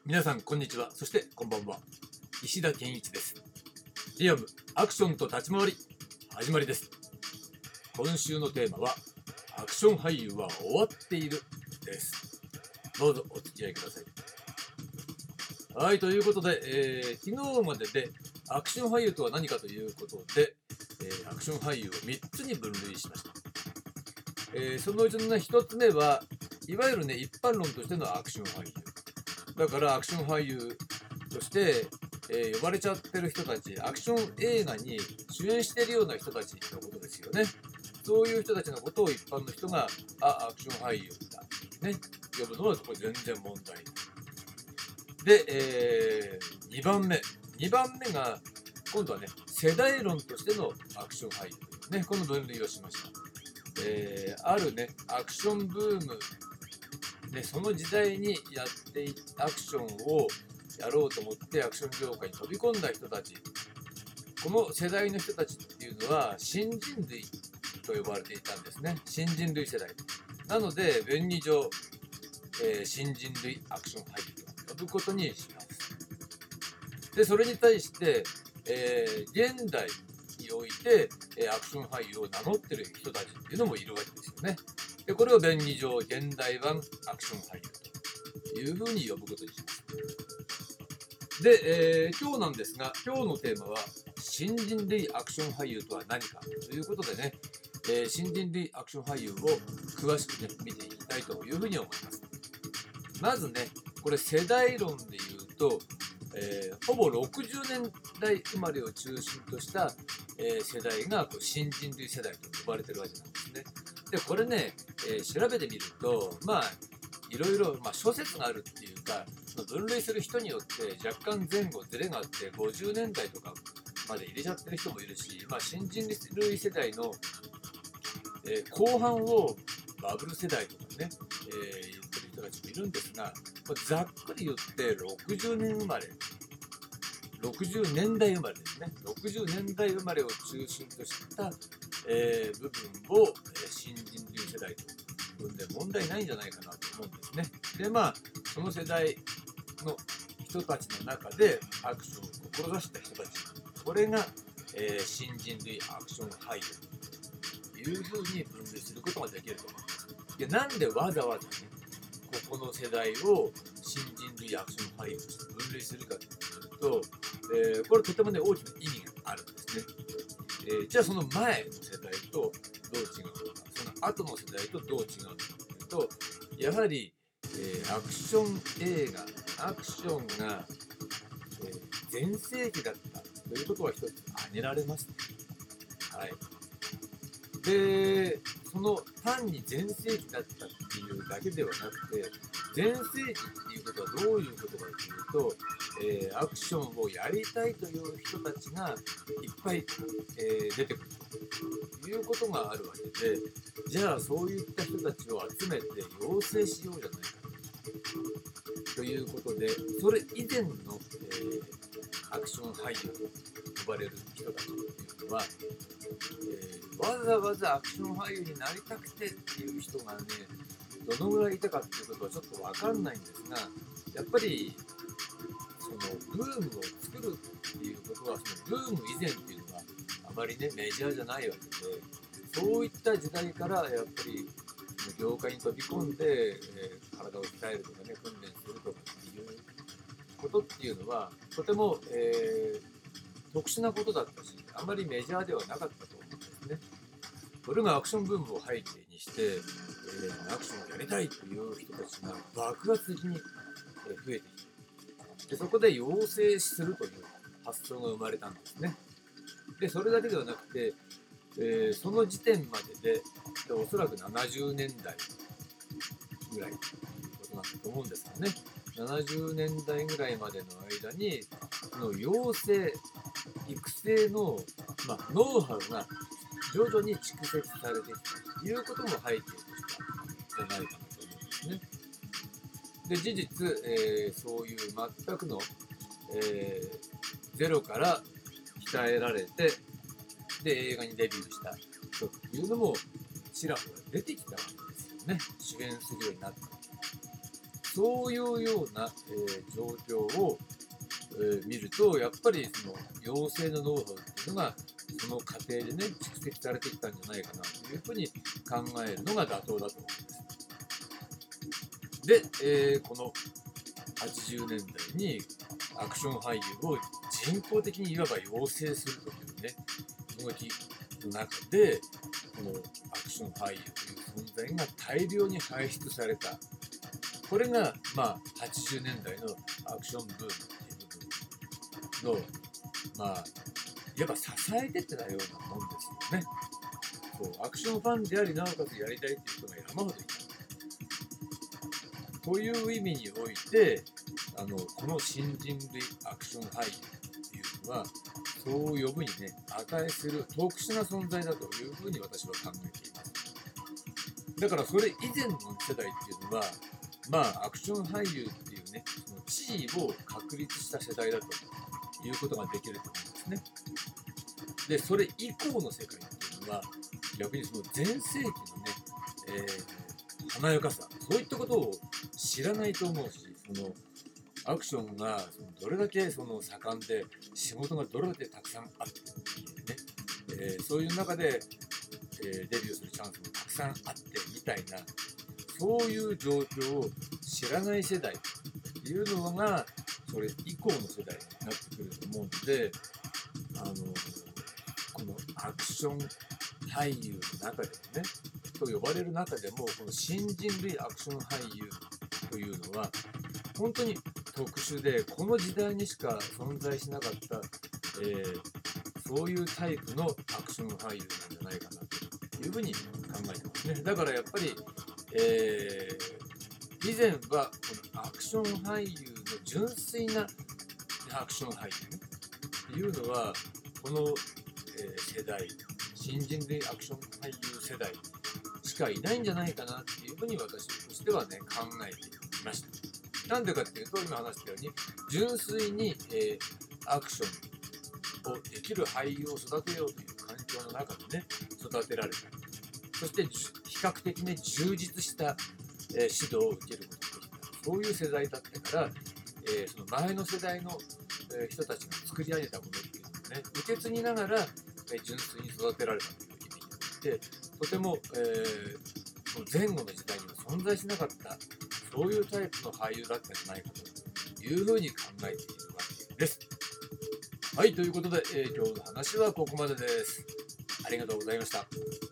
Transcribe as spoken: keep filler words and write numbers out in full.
皆さんこんにちは。そしてこんばんは。石田健一です。リアムアクションと立ち回り始まりです。今週のテーマはアクション俳優は終わっているです。どうぞお付き合いください。はい、ということで、えー、昨日まででアクション俳優とは何かということで、えー、アクション俳優をみっつに分類しました。えー、そのうちの、ね、ひとつめはいわゆるね一般論としてのアクション俳優だから、アクション俳優として、えー、呼ばれちゃってる人たち、アクション映画に主演しているような人たちのことですよね。そういう人たちのことを一般の人があアクション俳優だ、ね、呼ぶのはこれ全然問題ない。で、えー、にばんめにばんめが今度はね世代論としてのアクション俳優というね、この分類をしました。えー、あるねアクションブームでその時代にやっていアクションをやろうと思ってアクション業界に飛び込んだ人たち、この世代の人たちっていうのは新人類と呼ばれていたんですね。新人類世代なので便宜上、えー、新人類アクション俳優と呼ぶことにします。でそれに対して、えー、現代において、えー、アクション俳優を名乗ってる人たちっていうのもいるわけですよね。でこれを便宜上現代版アクション俳優というふうに呼ぶことにします。で、えー、今日なんですが、今日のテーマは新人類アクション俳優とは何かということでね、えー、新人類アクション俳優を詳しくね見ていきたいというふうに思います。まずね、これ世代論で言うと、えー、ほぼろくじゅうねんだい生まれを中心とした、えー、世代がこう新人類世代と呼ばれてるわけなんですね。でこれね、えー、調べてみるとまあいろいろ、まあ、諸説があるっていうか分類する人によって若干前後ずれがあってごじゅうねんだいとかまで入れちゃってる人もいるし、まあ、新人類世代の、えー、後半をバブル世代とかね、えー、言ってる人たちもいるんですが、まあ、ざっくり言ってろくじゅうねん生まれろくじゅうねんだい生まれですね。ろくじゅうねんだい生まれを中心とした、えー、部分を、えー、新人類世代と呼んで問題ないんじゃないかなと思うんですね。でまあその世代の人たちの中でアクションを志した人たち、これが、えー、新人類アクション俳優というふうに分類することができると思います。でなんでわざわざねここの世代を新人類アクション俳優として分類するかというと、えー、これとてもね大きな意味があるんですね。えー、じゃあその前の世代とどう違うのか、その後の世代とどう違うのかというと、やはり、えー、アクション映画アクションが、えー、全盛期だったということは一つ挙げられますね。はい。でその単に全盛期だったっていうだけではなくて、全盛期っていうことはどういうことかというと、えー、アクションをやりたいという人たちがいっぱい、えー、出てくるということがあるわけで、じゃあそういった人たちを集めて養成しようじゃないかということで、それ以前の、えー、アクション俳優と呼ばれる人たちというのは、えー、わざわざアクション俳優になりたくてっていう人がねどのぐらいいたかっていうことはちょっと分かんないんですが、やっぱりそのブームを作るっていうことはそのブーム以前っていうのはあまりねメジャーじゃないわけで、そういった時代からやっぱり業界に飛び込んで、えー、体を鍛えるとかね訓練するとかっていうことっていうのはとても、えー、特殊なことだったし、あまりメジャーではなかったと思うんですね。これがアクションブームを背景にして、えー、アクションをやりたいという人たちが爆発的に増えてきて、でそこで養成するという発想が生まれたんですね。でそれだけではなくて、えー、その時点まででおそらくななじゅうねんだいぐらいということなんだと思うんですがね、ななじゅうねんだいぐらいまでの間にこの養成育成の、まあ、ノウハウが徐々に蓄積されてきたということも背景としてあったんじゃないかなと思うんですね。で事実、えー、そういう全くの、えー、ゼロから鍛えられてで映画にデビューした人っていうのもちらほら出てきたわけですよね。主演するようになった。 そういうような、えー状況を、えー見ると、やっぱりその養成のノウハウっていうのがその過程でね蓄積されてきたんじゃないかなというふうに考えるのが妥当だと思うんです。で、えーこのはちじゅうねんだいにアクション俳優を人工的にいわば養成するというね動きの中で、このアクション俳優という存在が大量に輩出された。これが、まあ、はちじゅうねんだいのアクションブームっていう部分の、まあ、いわば支えてたようなもんですよね。そうアクションファンであり、なおかつやりたいっていう人が山ほどいた。という意味において、あのこの新人類アクション俳優っていうのは、そう呼ぶにね、値する特殊な存在だというふうに私は考えています。だからそれ以前の世代っていうのは、まあ、アクション俳優っていうね、その地位を確立した世代だということができると思うんですね。で、それ以降の世界っていうのは、逆にその全盛期のね、えー華やかさ、そういったことを知らないと思うし、そのアクションがそのどれだけその盛んで、仕事がどれだけたくさんあってっていうね、えーそういう中で、えーデビューするチャンスもたくさんあってみたいな、そういう状況を知らない世代っていうのが、それ以降の世代になってくると思うので、あのこのアクション俳優の中でもね、と呼ばれる中でも、この新人類アクション俳優というのは、本当に特殊で、この時代にしか存在しなかった、えーそういうタイプのアクション俳優なんじゃないかなというふうに考えてますね。だからやっぱり、えー以前はこのアクション俳優の純粋なアクション俳優っていうのは、この、えー世代、新人類アクション俳優世代しかいないんじゃないかなっていうふうに私としてはね、考えていました。なんでかっていうと、今話したように、純粋に、えーアクションをできる俳優を育てようという環境の中でね、育てられた。そして比較的ね、充実した、えー指導を受けることができた。そういう世代だったから、えーその前の世代の、えー人たちが作り上げたものっていうのをね、受け継ぎながら、えー純粋に育てられたという意味で、とても、えーその前後の時代には存在しなかった、そういうタイプの俳優だったんじゃないかというふうに考えているわけです。はい、ということで、えー今日の話はここまでです。ありがとうございました。